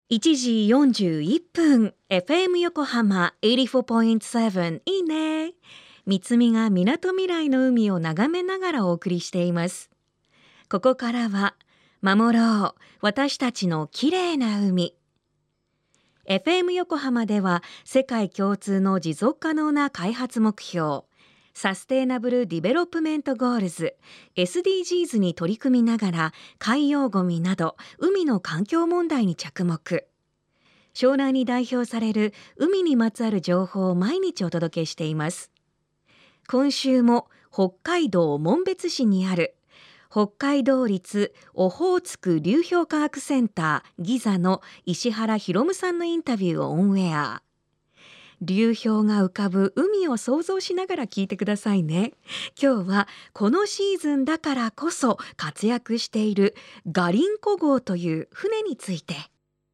1時41分 FM 横浜 84.7 いいね。三つみがみなとみらいの海を眺めながらお送りしています。ここからは守ろう私たちのきれいな海。 FM 横浜では世界共通の持続可能な開発目標サステイナブル・ディベロップメント・ゴールズ SDGs に取り組みながら海洋ゴミなど海の環境問題に着目。湘南に代表される海にまつわる情報を毎日お届けしています。今週も北海道紋別市にある北海道立オホーツク流氷科学センターギザの石原博さんのインタビューをオンエア。流氷が浮かぶ海を想像しながら聞いてくださいね。今日はこのシーズンだからこそ活躍しているガリンコ号という船について。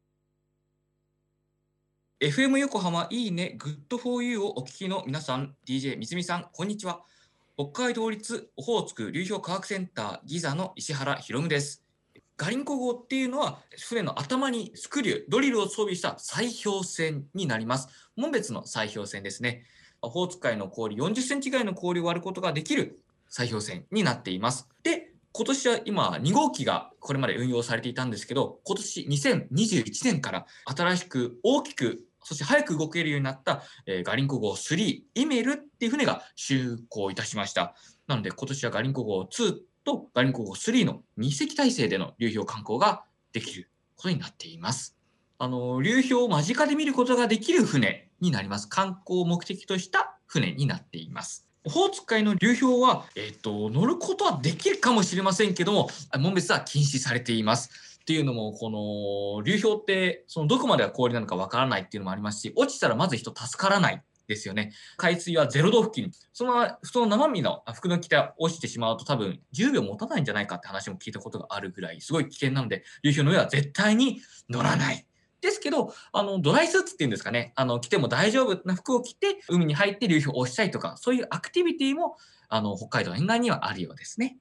FM 横浜いいね Good for You をお聞きの皆さん、 DJ みつみさん、こんにちは。北海道立オホーツク流氷科学センターギザの石原博です。ガリンコ号っていうのは船の頭にスクリュードリルを装備した砕氷船になります。紋別の砕氷船ですね。オホーツク海の氷40センチぐらいの氷を割ることができる砕氷船になっています。で、今年は今2号機がこれまで運用されていたんですけど、今年2021年から新しく大きくそして早く動けるようになった、ガリンコ号3イメルっていう船が就航いたしました。なので今年はガリンコ号2とガリンコ号3の2隻体制での流氷観光ができることになっています。流氷を間近で見ることができる船になります。観光を目的とした船になっています。オホーツク海の流氷は、乗ることはできるかもしれませんけども、紋別は禁止されています。っていうのも、この流氷ってどこまでが氷なのかわからないっていうのもありますし、落ちたらまず人助からないですよね。海水は0度付近、その生身の服の着て落ちてしまうと多分10秒持たないんじゃないかって話も聞いたことがあるぐらいすごい危険なので、流氷の上は絶対に乗らない。ですけど、ドライスーツっていうんですかね、着ても大丈夫な服を着て海に入って流氷を押したりとか、そういうアクティビティも北海道沿岸にはあるようですね。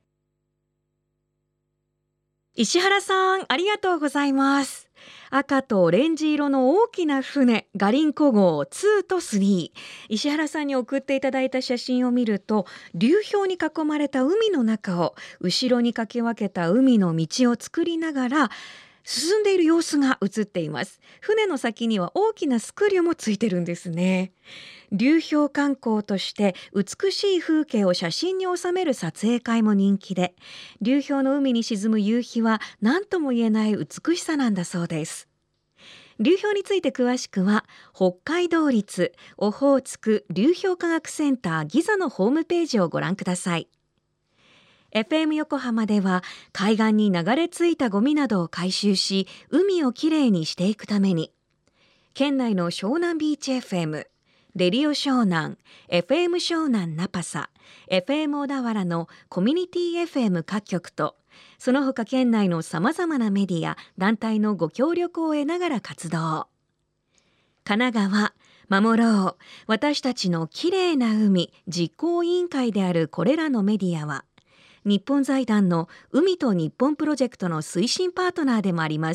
石原さん、ありがとうございます。赤とオレンジ色の大きな船ガリンコ号2と3、石原さんに送っていただいた写真を見ると、流氷に囲まれた海の中を後ろにかき分けた海の道を作りながら進んでいる様子が映っています。船の先には大きなスクリューもついてるんですね。流氷観光として美しい風景を写真に収める撮影会も人気で、流氷の海に沈む夕日は何とも言えない美しさなんだそうです。流氷について詳しくは北海道立オホーツク流氷科学センターギザのホームページをご覧ください。FM 横浜では海岸に流れ着いたゴミなどを回収し、海をきれいにしていくために県内の湘南ビーチ FM、レディオ湘南、FM 湘南ナパサ、FM 小田原のコミュニティ FM 各局と、その他県内のさまざまなメディア、団体のご協力を得ながら活動。神奈川、守ろう私たちのきれいな海実行委員会であるこれらのメディアは、日本財団の海と日本プロジェクトの推進パートナーでもあります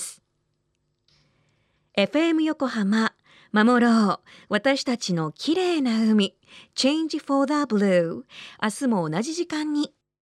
。FM 横浜、守ろう私たちのきれいな海 Change for the Blue、 明日も同じ時間に